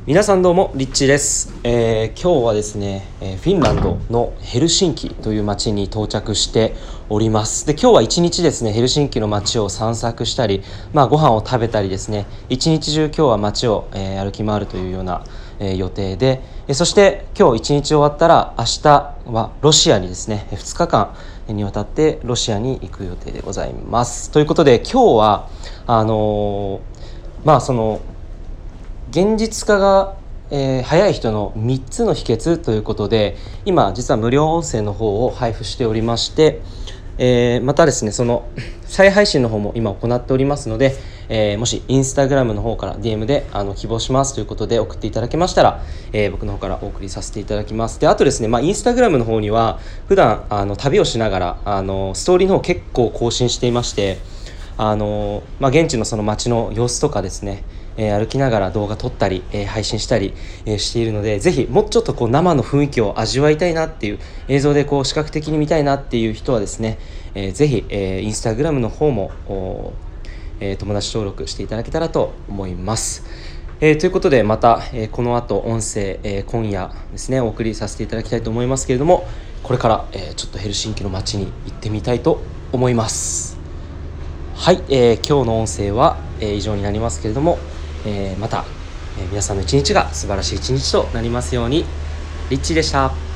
皆さんどうもリッチーです。今日はですね、フィンランドのヘルシンキという街に到着しております。で、今日は一日ですね、ヘルシンキの街を散策したり、ご飯を食べたりですね、一日中今日は街を、歩き回るというような、予定で、そして今日一日終わったら明日はロシアにですね、2日間にわたってロシアに行く予定でございます。ということで今日はその現実化が、早い人の3つの秘訣ということで、今実は無料音声の方を配布しておりまして、またですねその再配信の方も今行っておりますので、もしインスタグラムの方から DM で希望しますということで送っていただけましたら、僕の方からお送りさせていただきます。で、あとですね、インスタグラムの方には普段旅をしながらストーリーの方結構更新していまして、現地のその街の様子とかですね、歩きながら動画撮ったり、配信したり、しているので、ぜひもうちょっと生の雰囲気を味わいたいなっていう、映像で視覚的に見たいなっていう人はですね、ぜひ、インスタグラムの方も友達登録していただけたらと思います。ということでまた、この後音声、今夜ですねお送りさせていただきたいと思いますけれども、これから、ちょっとヘルシンキの街に行ってみたいと思います。はい、今日の音声は、以上になりますけれども、また、皆さんの一日が素晴らしい一日となりますように。リッチーでした。